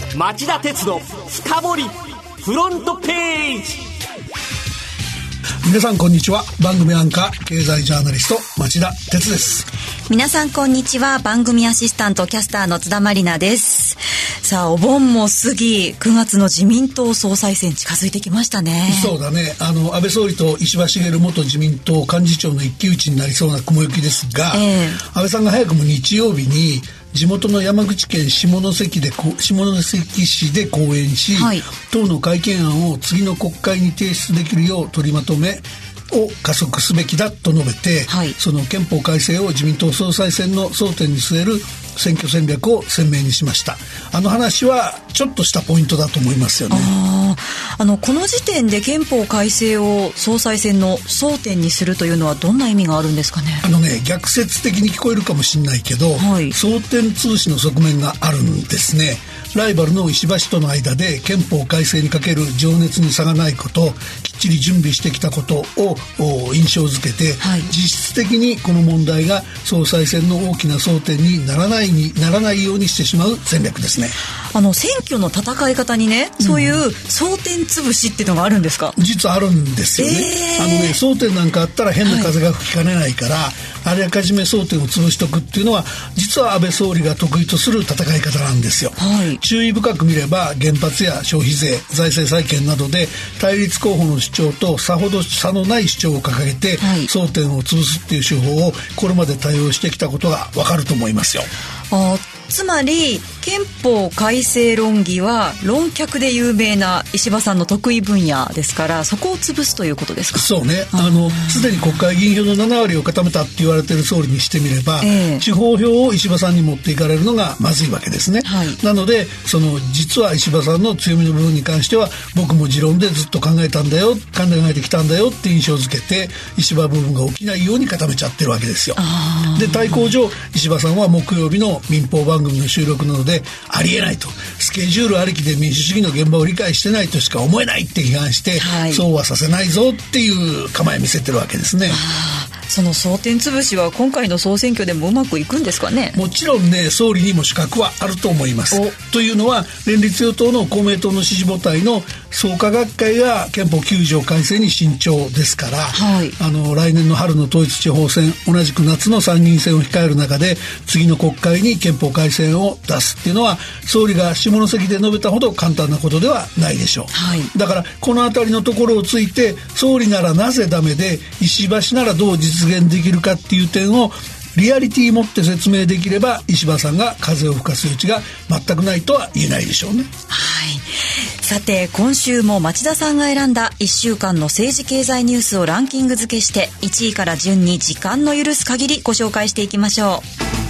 町田鉄の深掘りフロントページ。 皆さんこんにちは。番組アンカー経済ジャーナリスト町田鉄です。 皆さんこんにちは。番組アシスタントキャスターの津田まりなです。さあお盆も過ぎ、9月の自民党総裁選近づいてきましたね。 そうだね。安倍総理と石破茂元自民党幹事長の一騎打ちになりそうな雲行きですが、安倍さんが早くも日曜日に地元の山口県下関市で講演し、党の改憲案を次の国会に提出できるよう取りまとめを加速すべきだと述べて、その憲法改正を自民党総裁選の争点に据える選挙戦略を鮮明にしました。話はちょっとしたポイントだと思いますよね。 この時点で憲法改正を総裁選の争点にするというのはどんな意味があるんですかね。 逆説的に聞こえるかもしれないけど、争点潰しの側面があるんですね。ライバルの石破氏との間で憲法改正にかける情熱に差がないこと、きっちり準備してきたことを印象づけて、実質的にこの問題が総裁選の大きな争点にならないようにしてしまう戦略ですね。 選挙の戦い方にね、そういう争点潰しっていうのがあるんですか。 実はあるんですよね。争点なんかあったら変な風が吹きかねないから、あらかじめ争点を潰しとくっていうのは実は安倍総理が得意とする戦い方なんですよ。注意深く見れば原発や消費税、財政再建などで対立候補の主張とさほど差のない主張を掲げて、争点を潰すっていう手法をこれまで対応してきたことがわかると思いますよ。 つまり憲法改正論議は論客で有名な石破さんの得意分野ですから、そこを潰すということですか。 そうね。すでに国会議員票の7割を固めたって言われている総理にしてみれば、地方票を石破さんに持っていかれるのがまずいわけですね。なので実は石破さんの強みの部分に関しては僕も持論でずっと考えてきたんだよって印象づけて、石破部分が起きないように固めちゃってるわけですよ。で対抗上石破さんは木曜日の民放番組の収録なのでありえないと、スケジュールありきで民主主義の現場を理解してないとしか思えないって批判して、そうはさせないぞっていう構え見せてるわけですね。 その争点潰しは今回の総選挙でもうまくいくんですかね。 もちろんね、総理にも資格はあると思います。というのは連立与党の公明党の支持母体の創価学会が憲法9条改正に慎重ですから、来年の春の統一地方選、同じく夏の参議院選を控える中で次の国会に憲法改正を出すっていうのは総理が下関で述べたほど簡単なことではないでしょう。だからこのあたりのところをついて、総理ならなぜダメで石破氏ならどう実現できるかっていう点をリアリティ持って説明できれば、石破さんが風を吹かす余地が全くないとは言えないでしょうね。 さて今週も町田さんが選んだ1週間の政治経済ニュースをランキング付けして1位から順に時間の許す限りご紹介していきましょ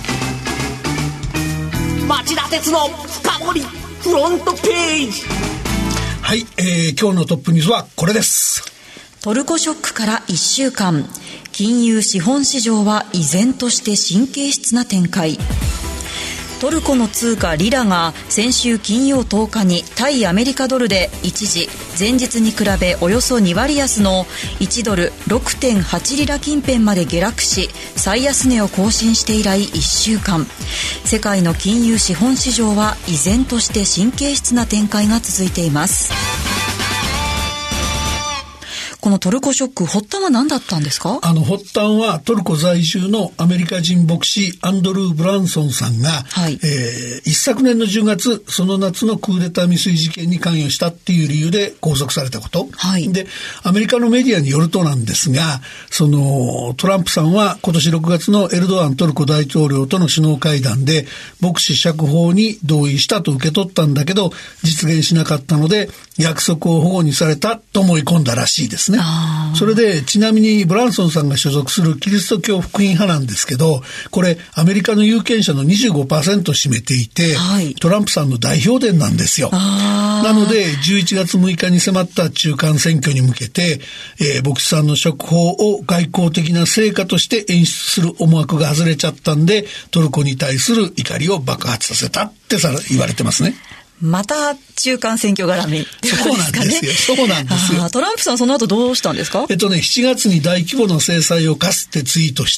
う。町田鉄の深掘りフロントページ。 今日のトップニュースはこれです。 トルコショックから1週間、金融資本市場は依然として神経質な展開。トルコの通貨リラが先週金曜10日に対アメリカドルで一時前日に比べおよそ2割安の1ドル 6.8 リラ近辺まで下落し、最安値を更新して以来1週間、世界の金融資本市場は依然として神経質な展開が続いています。このトルコショック、発端は何だったんですか。 発端はトルコ在住のアメリカ人牧師アンドルー・ブランソンさんが、一昨年の10月その夏のクーデター未遂事件に関与したっていう理由で拘束されたこと、でアメリカのメディアによるとなんですが、トランプさんは今年6月のエルドアントルコ大統領との首脳会談で牧師釈放に同意したと受け取ったんだけど実現しなかったので約束を反故にされたと思い込んだらしいですね。それでちなみにブランソンさんが所属するキリスト教福音派なんですけど、これアメリカの有権者の 25% 占めていて、トランプさんの代表伝なんですよ。なので11月6日に迫った中間選挙に向けて、牧師さんの釈放を外交的な成果として演出する思惑が外れちゃったんで、トルコに対する怒りを爆発させたって言われてますね。 また中間選挙絡みってことですかね。 そうなんですよ。 トランプさんその後どうしたんですか 7月に大規模な制裁を科すってツイートして、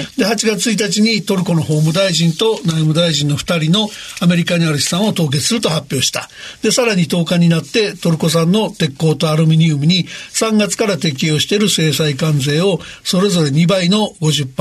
で、8月1日にトルコの法務大臣と内務大臣の2人のアメリカにある資産を凍結すると発表した。で、さらに10日になってトルコ産の鉄鋼とアルミニウムに3月から適用している制裁関税をそれぞれ2倍の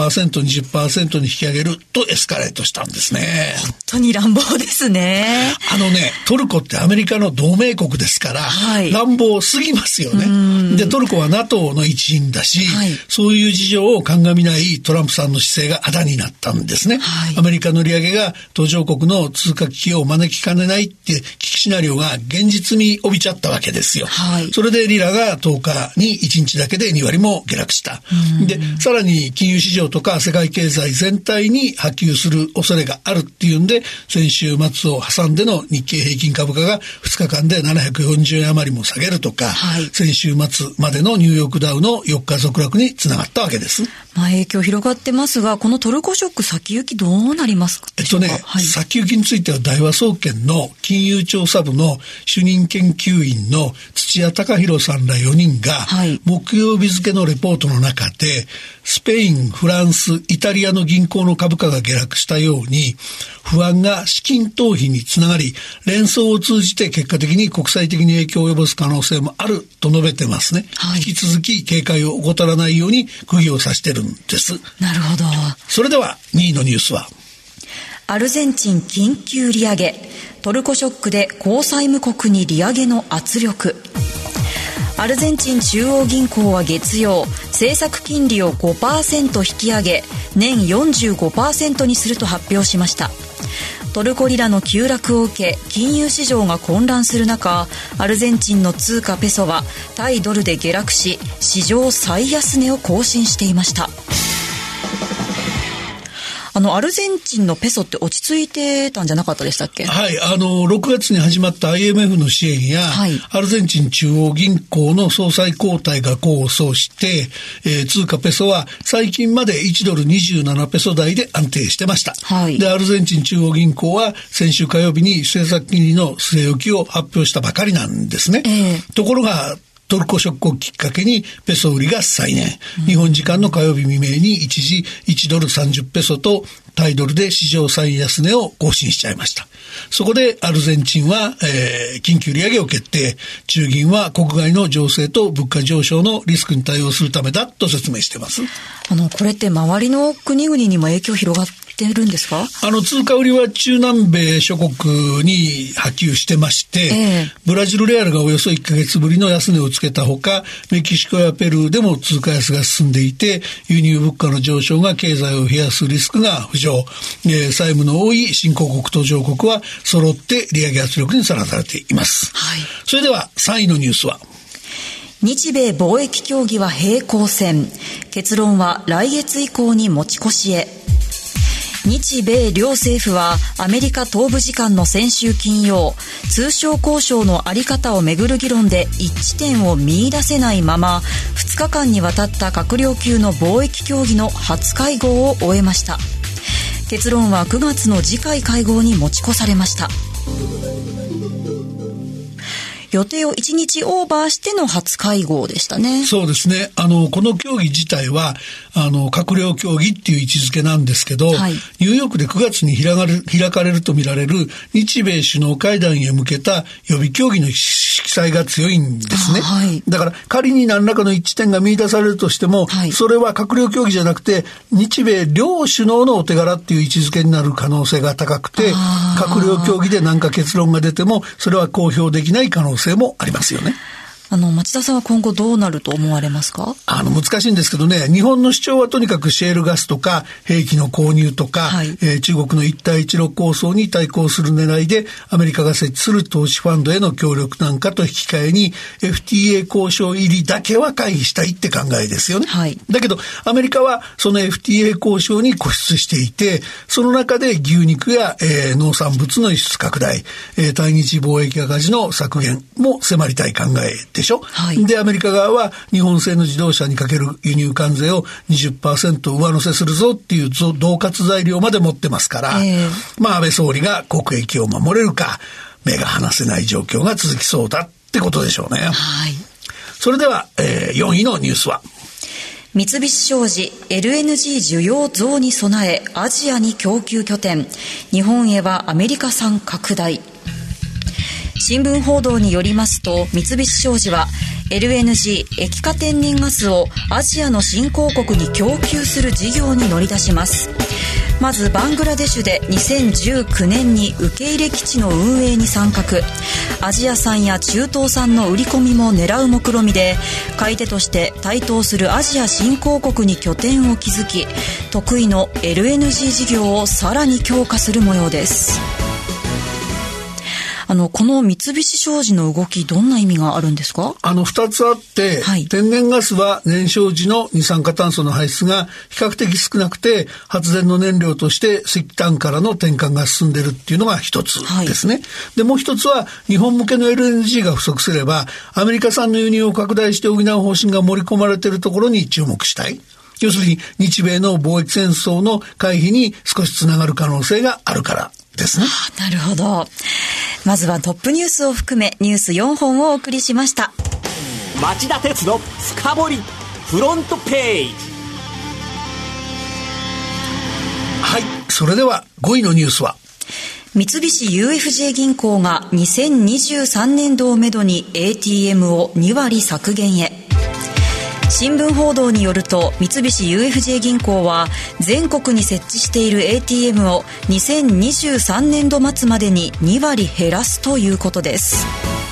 50%、20% に引き上げるとエスカレートしたんですね。 本当に乱暴ですね。 トルコってアメリカの同盟国ですから、乱暴すぎますよね。で、トルコは NATO の一員だし、そういう事情を鑑みないトランプさんの姿勢があだになったんですね。アメリカの利上げが途上国の通貨危機を招きかねないって危機シナリオが現実味帯びちゃったわけですよ。それでリラが10日に1日だけで2割も下落した。で、さらに金融市場とか世界経済全体に波及する恐れがあるっていうんで、先週末を挟んでの日経平均株価が2日間で740円余りも下げるとか、先週末までのニューヨークダウの4日続落につながったわけです。 影響広がってますが、このトルコショック先行きどうなりますか？ 先行きについては大和総研の金融調査部の主任研究員の土屋隆弘さんら4人が、木曜日付のレポートの中で、スペイン、フランス、イタリアの銀行の株価が下落したように、不安が資金逃避につながり、連想を通じて結果的に国際的に影響を及ぼす可能性もあると述べてますね。引き続き警戒を怠らないように釘を刺してるんです。 なるほど。 それでは2位のニュースは、 アルゼンチン緊急利上げ、トルコショックで高債務国に利上げの圧力。アルゼンチン中央銀行は月曜、政策金利を 5% 引き上げ、年 45% にすると発表しました。トルコリラの急落を受け、金融市場が混乱する中、アルゼンチンの通貨ペソは対ドルで下落し、史上最安値を更新していました。アルゼンチンのペソって落ち着いてたんじゃなかったでしたっけ？ 6月に始まった IMF の支援や、アルゼンチン中央銀行の総裁交代が功を奏して、通貨ペソは最近まで1ドル27ペソ台で安定してました。で、アルゼンチン中央銀行は先週火曜日に政策金利の据え置きを発表したばかりなんですね。ところが、トルコショックをきっかけにペソ売りが再燃。日本時間の火曜日未明に一時1ドル30ペソと対ドルで史上最安値を更新しちゃいました。そこでアルゼンチンは、緊急利上げを決定。中銀は国外の情勢と物価上昇のリスクに対応するためだと説明しています。 これって周りの国々にも影響広がってるんですか？ 通貨売りは中南米諸国に波及してまして、ブラジルレアルがおよそ1ヶ月ぶりの安値をつけたほか、メキシコやペルーでも通貨安が進んでいて、輸入物価の上昇が経済を冷やすリスクが浮上。債務の多い新興国途上国は揃って利上げ圧力にさらされています。それでは3位のニュースは、 日米貿易協議は平行線、結論は来月以降に持ち越しへ。日米両政府はアメリカ東部時間の先週金曜、通商交渉の在り方をめぐる議論で一致点を見出せないまま、2日間にわたった閣僚級の貿易協議の初会合を終えました。結論は9月の次回会合に持ち越されました。予定を1日オーバーしての初会合でしたね。 そうですね。この協議自体は、閣僚協議っていう位置づけなんですけど、ニューヨークで9月に開かれるとみられる日米首脳会談へ向けた予備協議の色彩が強いんですね。だから仮に何らかの一致点が見出されるとしても、それは閣僚協議じゃなくて、日米両首脳のお手柄っていう位置づけになる可能性が高くて、閣僚協議で何か結論が出ても、それは公表できない可能性もありますよね。 町田さんは今後どうなると思われますか？ 難しいんですけどね、日本の主張はとにかくシェールガスとか兵器の購入とか、中国の一帯一路構想に対抗する狙いでアメリカが設置する投資ファンドへの協力なんかと引き換えに FTA 交渉入りだけは回避したいって考えですよね。だけどアメリカはその FTA 交渉に固執していて、その中で牛肉や、農産物の輸出拡大、対日貿易赤字の削減も迫りたい考えでしょ。で、アメリカ側は日本製の自動車にかける輸入関税を 20% 上乗せするぞっていう恫喝材料まで持ってますから、安倍総理が国益を守れるか、 目が離せない状況が続きそうだってことでしょうね。 はい。 それでは、4位のニュースは、 三菱商事 LNG 需要増に備えアジアに供給拠点、日本へはアメリカ産拡大。新聞報道によりますと、三菱商事は LNG 液化天然ガスをアジアの新興国に供給する事業に乗り出します。まずバングラデシュで2019年に受け入れ基地の運営に参画。アジア産や中東産の売り込みも狙う目論見で、買い手として台頭するアジア新興国に拠点を築き、得意の LNG 事業をさらに強化する模様です。この三菱商事の動き、どんな意味があるんですか ？2つあって、はい、天然ガスは燃焼時の二酸化炭素の排出が比較的少なくて、発電の燃料として石炭からの転換が進んでいるっていうのが一つですね。はい、で、もう一つは、日本向けの LNG が不足すれば、アメリカ産の輸入を拡大して補う方針が盛り込まれているところに注目したい。要するに、日米の貿易戦争の回避に少しつながる可能性があるからですね。 なるほど。まずはトップニュースを含めニュース4本をお送りしました。 町田鉄の深掘りフロントページ。 はい、それでは5位のニュースは、 三菱 UFJ 銀行が2023年度をめどに ATM を2割削減へ。新聞報道によると、三菱 UFJ 銀行は全国に設置している ATM を2023年度末までに2割減らすということです。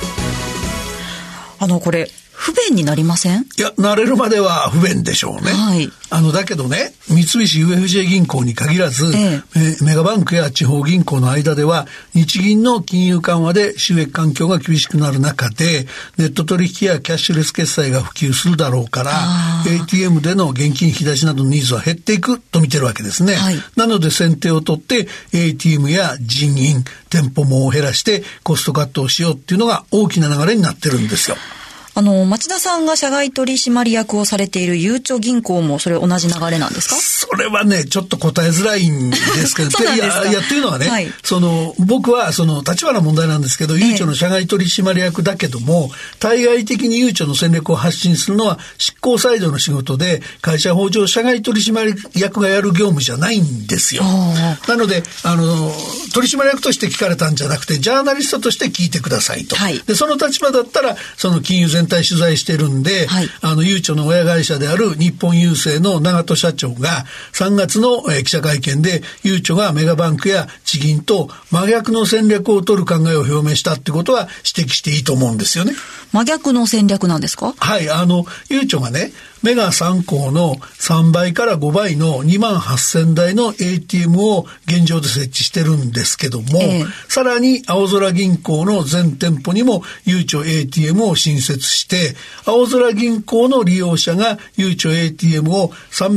これ不便になりません？ いや、慣れるまでは不便でしょうね。 はい。 だけどね、三菱 UFJ 銀行に限らず、メガバンクや地方銀行の間では、日銀の金融緩和で収益環境が厳しくなる中で、ネット取引やキャッシュレス決済が普及するだろうから、ATM での現金引き出しなどのニーズは減っていくと見てるわけですね。はい、なので先手を取って、ATM や人員、店舗網を減らしてコストカットをしようっていうのが大きな流れになってるんですよ。 町田さんが社外取締役をされているゆうちょ銀行もそれ同じ流れなんですか？ それはね、ちょっと答えづらいんですけど、 そうなんですか？ いやっていうのはね、はい、僕は立場の問題なんですけど、ゆうちょの社外取締役だけども、対外的にゆうちょの戦略を発信するのは執行サイドの仕事で、会社法上社外取締役がやる業務じゃないんですよ。なので取締役として聞かれたんじゃなくて、ジャーナリストとして聞いてくださいと。はい、でその立場だったら金融全体取材してるんで、はい、ゆうちょの親会社である日本郵政の長門社長が3月の記者会見で、ゆうちょがメガバンクや地銀と真逆の戦略を取る考えを表明したってことは指摘していいと思うんですよね。 真逆の戦略なんですか？ はい、ゆうちょがね、メガ3行の3倍から5倍の28,000台の ATM を現状で設置してるんですけども、さらに青空銀行の全店舗にもゆうちょ ATM を新設して、青空銀行の利用者がゆうちょ ATM を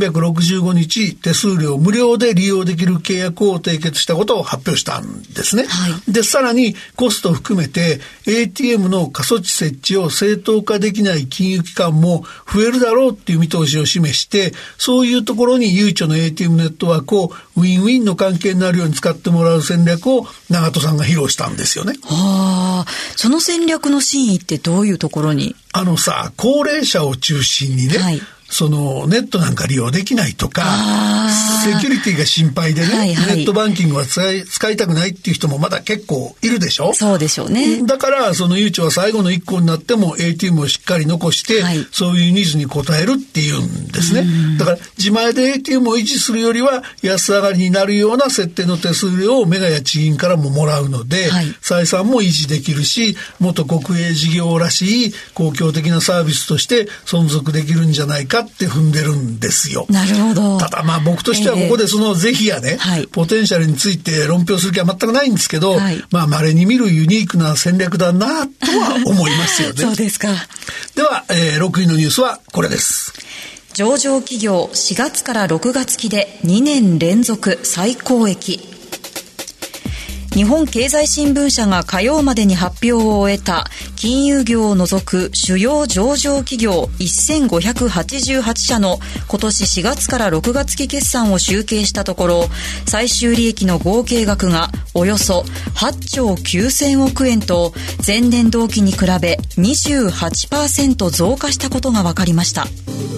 365日手数料無料で利用できる契約を締結したことを発表したんですね。はい、で、さらにコストを含めて ATM の過疎地設置を正当化できない金融機関も増えるだろうっていう見通しを示して、そういうところにゆうちょの ATM ネットワークをウィンウィンの関係になるように使ってもらう戦略を長門さんが披露したんですよね。 その戦略の真意ってどういうところに？ 高齢者を中心にね、はい、ネットなんか利用できないとか、セキュリティが心配でね、はいはい、ネットバンキングは使いたくないっていう人もまだ結構いるでしょ。 そうでしょうね。 だからゆうちょは最後の一個になっても ATM をしっかり残して、はい、そういうニーズに応えるっていうんですね。だから自前で ATM を維持するよりは安上がりになるような設定の手数料をメガや地銀からももらうので、はい、採算も維持できるし、元国営事業らしい公共的なサービスとして存続できるんじゃないかって踏んでるんですよ。 なるほど。 ただ僕としてはここで是非やね、はい、ポテンシャルについて論評する気は全くないんですけど、はい、稀に見るユニークな戦略だなとは思いますよね。 そうですか。 では、6位のニュースはこれです。 上場企業4月から6月期で2年連続最高益。 日本経済新聞社が火曜までに発表を終えた金融業を除く主要上場企業1588社の今年4月から6月期決算を集計したところ、最終利益の合計額がおよそ8兆9000億円と前年同期に比べ 28% 増加したことが分かりました。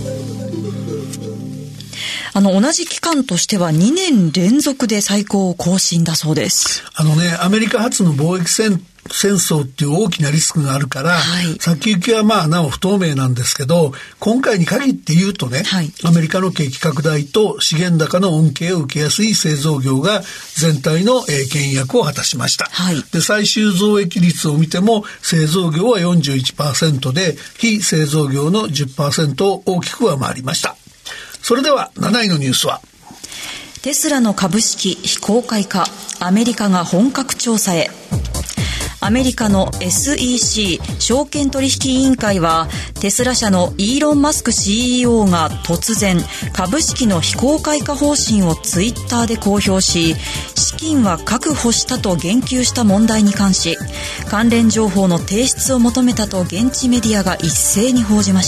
同じ期間としては2年連続で最高を更新だそうです。 アメリカ発の貿易戦争っていう大きなリスクがあるから、先行きはなお不透明なんですけど、今回に限って言うとね、アメリカの景気拡大と資源高の恩恵を受けやすい製造業が全体の牽引役を果たしました。で、最終増益率を見ても製造業は 41% で非製造業の 10% を大きく上回りました。それでは7位のニュースは、 テスラの株式非公開化、アメリカが本格調査へ。アメリカの SEC 証券取引委員会は、テスラ社のイーロン・マスク CEO が突然株式の非公開化方針をツイッターで公表し、資金は確保したと言及した問題に関し、関連情報の提出を求めたと現地メディアが一斉に報じました。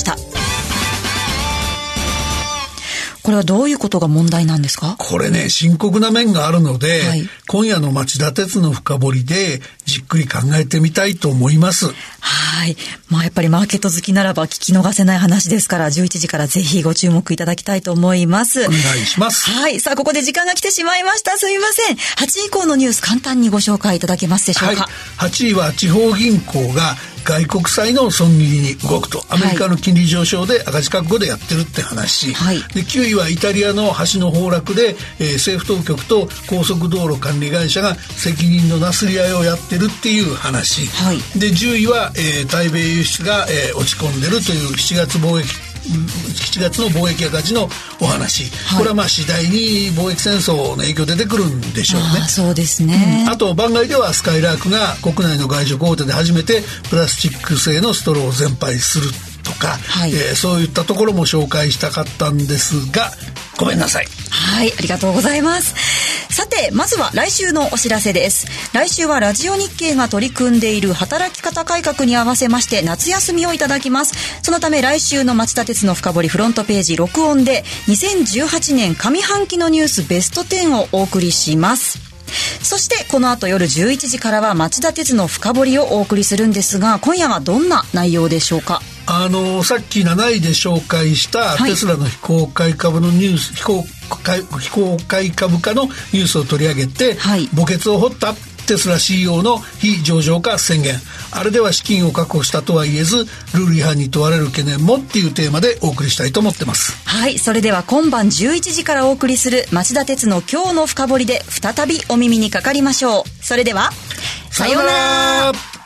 これはどういうことが問題なんですか？ これね、深刻な面があるので、今夜の町田鉄の深掘りでじっくり考えてみたいと思います。 やっぱりマーケット好きならば聞き逃せない話ですから、11時からぜひご注目いただきたいと思います。 お願いします。 さあ、ここで時間が来てしまいました。すみません。8位以降のニュース簡単にご紹介いただけますでしょうか。 8位は地方銀行が外国債の損切りに動くと、アメリカの金利上昇で赤字覚悟でやってるって話、で9位はイタリアの橋の崩落で、政府当局と高速道路管理会社が責任のなすり合いをやってるっていう話、で10位は、対米輸出が、落ち込んでるという7月の貿易赤字のお話、これは次第に貿易戦争の影響出てくるんでしょうね。 そうですね。 あと番外ではスカイラークが国内の外食大手で初めてプラスチック製のストローを全廃するとか、そういったところも紹介したかったんですが、ごめんなさい。 ありがとうございます。さて、まずは来週のお知らせです。来週はラジオ日経が取り組んでいる働き方改革に合わせまして夏休みをいただきます。そのため来週の町田鉄の深掘りフロントページ録音で2018年上半期のニュースベスト10をお送りします。そしてこの後夜11時からは町田鉄の深掘りをお送りするんですが、今夜はどんな内容でしょうか？ さっき7位で紹介したテスラの非公開株のニュース、非公開株価のニュースを取り上げて、墓穴を掘ったテスラ CEO の非上場化宣言、あれでは資金を確保したとは言えずルール違反に問われる懸念もっていうテーマでお送りしたいと思ってます。 それでは今晩11時からお送りする町田鉄の今日の深掘りで再びお耳にかかりましょう。それではさようなら。